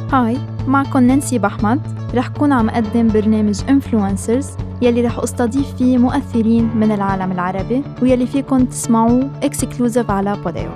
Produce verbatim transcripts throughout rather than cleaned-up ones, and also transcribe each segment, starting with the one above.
هاي، معكم نانسي بحمد. رح كون عم أقدم برنامج إنفلونسرز يلي رح أستضيف فيه مؤثرين من العالم العربي ويلي فيكن تسمعوه إكسكلوزيف على بوديو.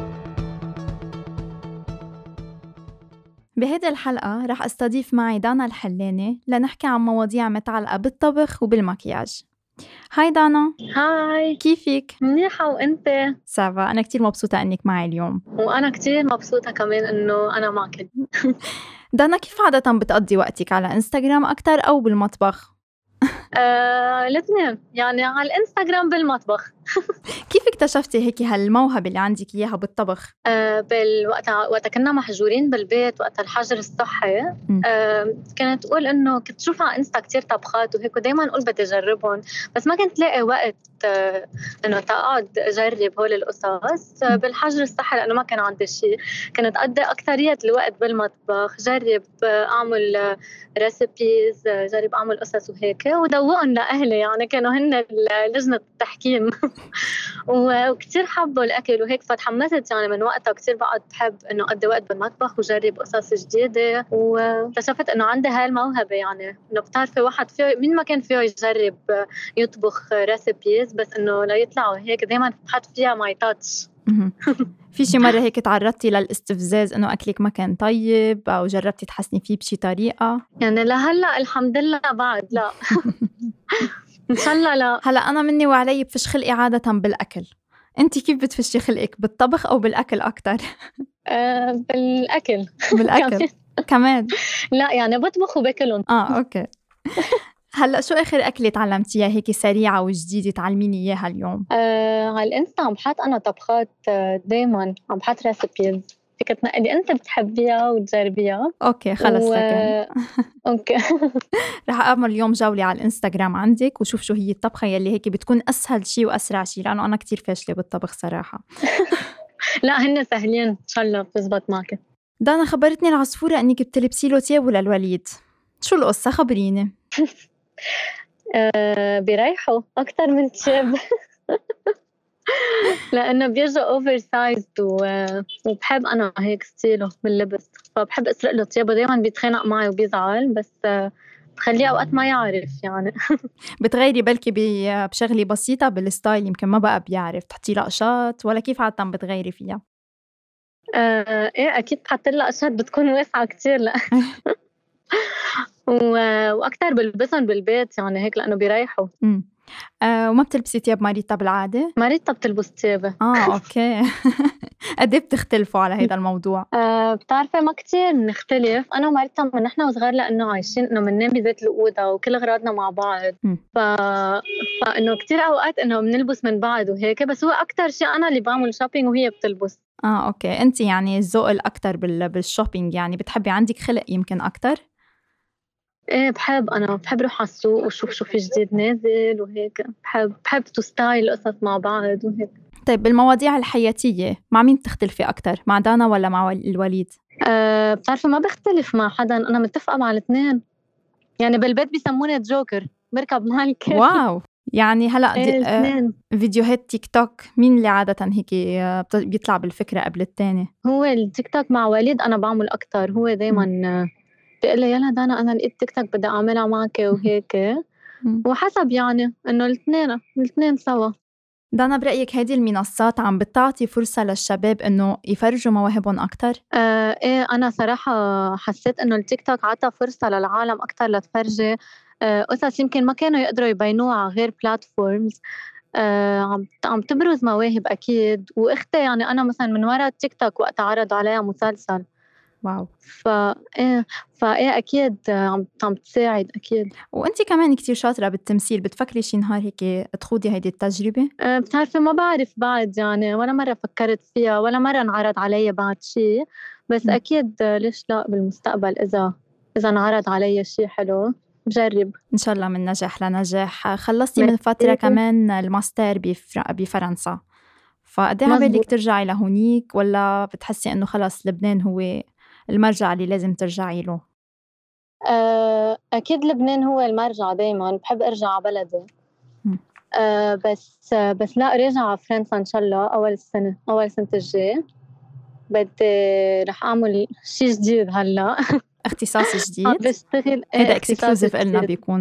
بهيدي الحلقة رح أستضيف معي دانا الحلاني لنحكي عن مواضيع متعلقة بالطبخ وبالمكياج. هاي دانا. هاي، كيفك؟ منيحة وانت؟ سافا، أنا كتير مبسوطة أنك معي اليوم. وأنا كتير مبسوطة كمان إنه أنا معك. دانا، كيف عادة بتقضي وقتك، على إنستغرام أكتر أو بالمطبخ؟ آه، الاثنين، يعني على الإنستغرام بالمطبخ. كيف اكتشفتي هيك هالموهبة اللي عندك إياها بالطبخ؟ آه، بالوقت وقت كنا محجورين بالبيت وقت الحجر الصحي. آه، كانت أقول إنه كنت شوف على إنستا كتير طبخات وهيك، ودايما أقول بدي أجربهم، بس ما كنت لاقي وقت آه إنه تقعد أجرب هول القصص آه بالحجر الصحي، لأنه ما كان عندي شيء. كنت أقضي أكترية الوقت بالمطبخ، جرب آه أعمل آه ريسيبيز، آه جرب أعمل قصص وهيك ودوقهم لأهلي، يعني كانوا هن لجنة التحكيم. وكتير حبوا الأكل وهيك، فتحمست يعني من وقتها كتير بقعد بحب إنه أقضي وقت بالمطبخ وجرب قصص جديدة، واكتشفت إنه عندي هاي الموهبة، يعني إنه بتعرفي واحد فيه مين ما كان فيه يجرب يطبخ ريسيبيز، بس إنه لا يطلعوا هيك دايما بحط فيها ماي تاتش. في شي مرة هيك تعرضتي للاستفزاز إنه أكلك ما كان طيب أو جربتي تحسني فيه بشي طريقة؟ يعني لهلا الحمد لله بعد لا. إن شاء الله لا. هلا أنا مني وعلي بفش خلقي عادة بالأكل. أنتي كيف بتفشي خلقك، بالطبخ أو بالأكل أكتر؟ أه بالأكل. بالأكل كمان؟ لا يعني بطبخ وباكلهم. آه أوكي. هلا شو آخر أكلة تعلمتيها هيك سريعة وجديدة تعلميني إياها اليوم؟ آه على الإنستا عم بحط أنا طبخات، آه دايما عم بحط ريسيبيز، فيك تنقلي أنت بتحبيها وتجربيها. أوكي خلص و... سكن. أوكي. رح أعمل اليوم جولة على الإنستغرام عندك وشوف شو هي الطبخة يلي هيك بتكون أسهل شي وأسرع شي، لأنه أنا كتير فاشلة بالطبخ صراحة. لا هن سهلين، إن شاء الله بتزبط معك. دانا، خبرتني العصفورة أنك بتلبسي له تياب للوليد، شو القصة؟ خبريني. آه بيريحوا أكتر من تشيب. لأنه بيجوا أوفر سايزد و... وبحب أنا هيك ستيله باللبس، فبحب أسرق له تيابه، دايما بيتخانق معي وبيزعل، بس آه بخليه أوقات ما يعرف يعني. بتغيري بلكي بشغلة بسيطة بالستايل، يمكن ما بقى بيعرف تحطي له قشات ولا كيف عادة بتغيري فيها؟ آه إيه أكيد بحط لها قشات بتكون واسعة كتير. لا. و... وأكتر بلبسهم بالبيت يعني هيك لأنه بيريحوا. امم آه وما بتلبسي تياب ماريتا بالعادة؟ ماريتا بتلبس تيابة. اه اوكي. قد ايه بتختلفوا على هذا الموضوع؟ آه بتعرفي ما كتير نختلف أنا وماريتا من نحن وصغار، لأنه عايشين إنه مننام بذات الأوضة وكل أغراضنا مع بعض. ف... فإنه كتير أوقات إنه بنلبس من بعض وهيك، بس هو أكتر شيء أنا اللي بعمل شوبينج وهي بتلبس. اه اوكي، انت يعني الذوق الاكتر بال... بالشوبينج، يعني بتحبي عندك خلق يمكن اكتر. ايه بحب انا بحب روح على السوق وشوف شو في جديد نازل وهيك، بحب بحب تو ستايل قصص مع بعض وهيك. طيب بالمواضيع الحياتية مع مين بتختلفي أكتر؟ مع دانا ولا مع الوليد؟ أه بتعرفي ما بختلف مع حدا، أنا متفقة مع الاثنين، يعني بالبيت بيسموني جوكر، بركب مع الكل. واو، يعني هلأ ايه آه فيديوهات تيك توك مين اللي عادة هيك آه بيطلع بالفكرة قبل التاني؟ هو التيك توك مع وليد أنا بعمل أكتر، هو دايما بيقول لي يلا دانا أنا لقيت تيك توك بدي أعملها معك وهيك. وحسب يعني إنه الاثنين الاثنين سوا. دانا، برأيك هيدي المنصات عم بتعطي فرصة للشباب إنه يفرجوا مواهبهم أكتر؟ آه إيه أنا صراحة حسيت إنه التيك توك عطى فرصة للعالم أكتر لتفرجي آه قصص يمكن ما كانوا يقدروا يبينوها على غير بلاتفورمز. آه عم عم تبرز مواهب أكيد، وأختي يعني أنا مثلا من وراء التيك توك وقت عرضوا عليها مسلسل. واو. فا إيه فإيه أكيد عم عم تساعد أكيد. وأنتي كمان كتير شاطرة بالتمثيل، بتفكري شي نهار هيك تخوضي هيدي التجربة؟ أه بتعرفي ما بعرف بعد، يعني ولا مرة فكرت فيها ولا مرة انعرض علي بعد شيء، بس م. أكيد ليش لا بالمستقبل إذا إذا انعرض علي شيء حلو بجرب إن شاء الله من نجاح لنجاح. خلصتي من فترة كمان الماستر بفر... بفرنسا، فقد ايه عبالك ترجعي لهونيك، ولا بتحسي إنه خلص لبنان هو المرجع اللي لازم ترجعي له؟ أه أكيد لبنان هو المرجع، دايما بحب أرجع على بلدي. أه بس بس لا راجعة فرنسا إن شاء الله أول السنة أول سنة الجاي. بدي رح أعمل شي جديد هلأ. اختصاص جديد؟ بشتغل هيدا اكسكلوزيف إلنا بيكون.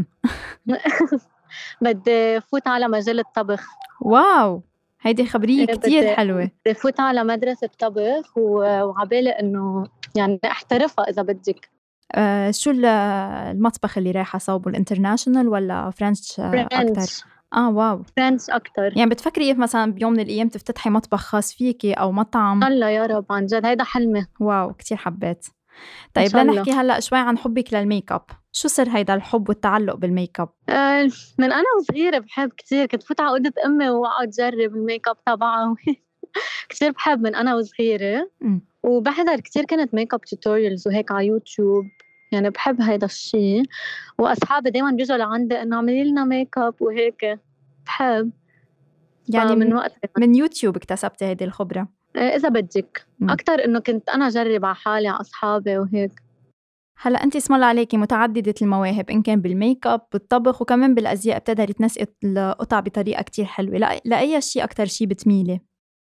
بدي فوت على مجال الطبخ. واو، هيدي خبرية كتير حلوة. بدي فوت على مدرسة طبخ وعبالي إنه يعني احترفها إذا بدك. آه شو المطبخ اللي رايحة صوبه، الانترناشنال ولا فرنش أكتر؟ آه واو، فرنش أكتر. يعني بتفكري مثلا بيوم من الأيام تفتتحي مطبخ خاص فيكي أو مطعم؟ الله يا رب، عن جد هيدا حلمي. واو كتير حبيت. طيب لنحكي هلأ شوي عن حبك للميك اب. شو سر هيدا الحب والتعلق بالميك اب؟ آه من أنا وصغيرة بحب كتير، كنت فوت على أوضة أمي وأقعد جرب الميك اب تبعها. كتير بحب من أنا وصغيرة. م. وبحضر كتير كانت ميك اب توتوريالز وهيك على يوتيوب، يعني بحب هيدا الشيء. وأصحابي دايما بيجوا لعندي إنه اعملي لنا ميك اب وهيك، بحب يعني من وقت من يوتيوب اكتسبتي هيدي الخبرة؟ إذا بدك أكتر إنه كنت أنا جرب على حالي على أصحابي وهيك. هلا أنت اسم الله عليكي متعددة المواهب، إن كان بالميك اب بالطبخ وكمان بالأزياء، بتقدري تنسقي القطع بطريقة كتير حلوة. لا لأي شيء أكتر شيء بتميلي؟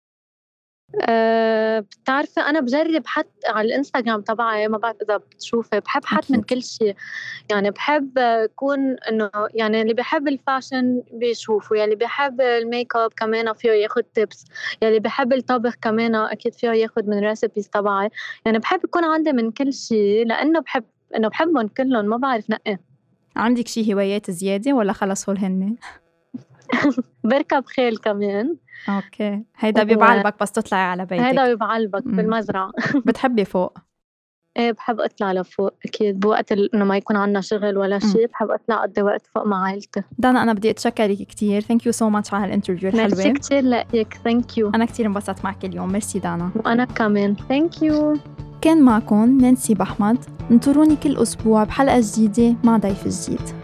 أه بتعرفي أنا بجرب حط على الإنستغرام تبعي، ما بعرف إذا بتشوفي، بحب حط من كل شيء. يعني بحب أكون إنه يعني اللي بيحب الفاشن بيشوفه، يعني اللي بيحب الميك اب كمان فيه ياخد تيبس، يعني اللي بيحب الطبخ كمان أكيد فيه ياخد من ريسيبيز تبعي. يعني بحب يكون عندي من كل شيء لأنه بحب إنه بحبهم كلهم، ما بعرف نقي. عندك شي هوايات زيادة ولا خلص هول هن؟ بركب خيل كمان. اوكي، هيدا بيبعلبك بس تطلعي على بيتك؟ هيدا بيبعلبك بالمزرعة. بتحبي فوق؟ ايه بحب اطلع لفوق اكيد، بوقت انه ما يكون عنا شغل ولا شيء بحب اطلع اقضي وقت فوق مع عائلتي. دانا انا بدي اتشكرك كتير، ثانك يو سو ماتش على الانترفيو الحلوه. ميرسي كتير لك، ثانك يو. انا كتير انبسطت معك اليوم، ميرسي دانا. وانا كمان ثانك يو. كان معكم نانسي بحمد، انطروني كل اسبوع بحلقه جديده مع ضيف جديد.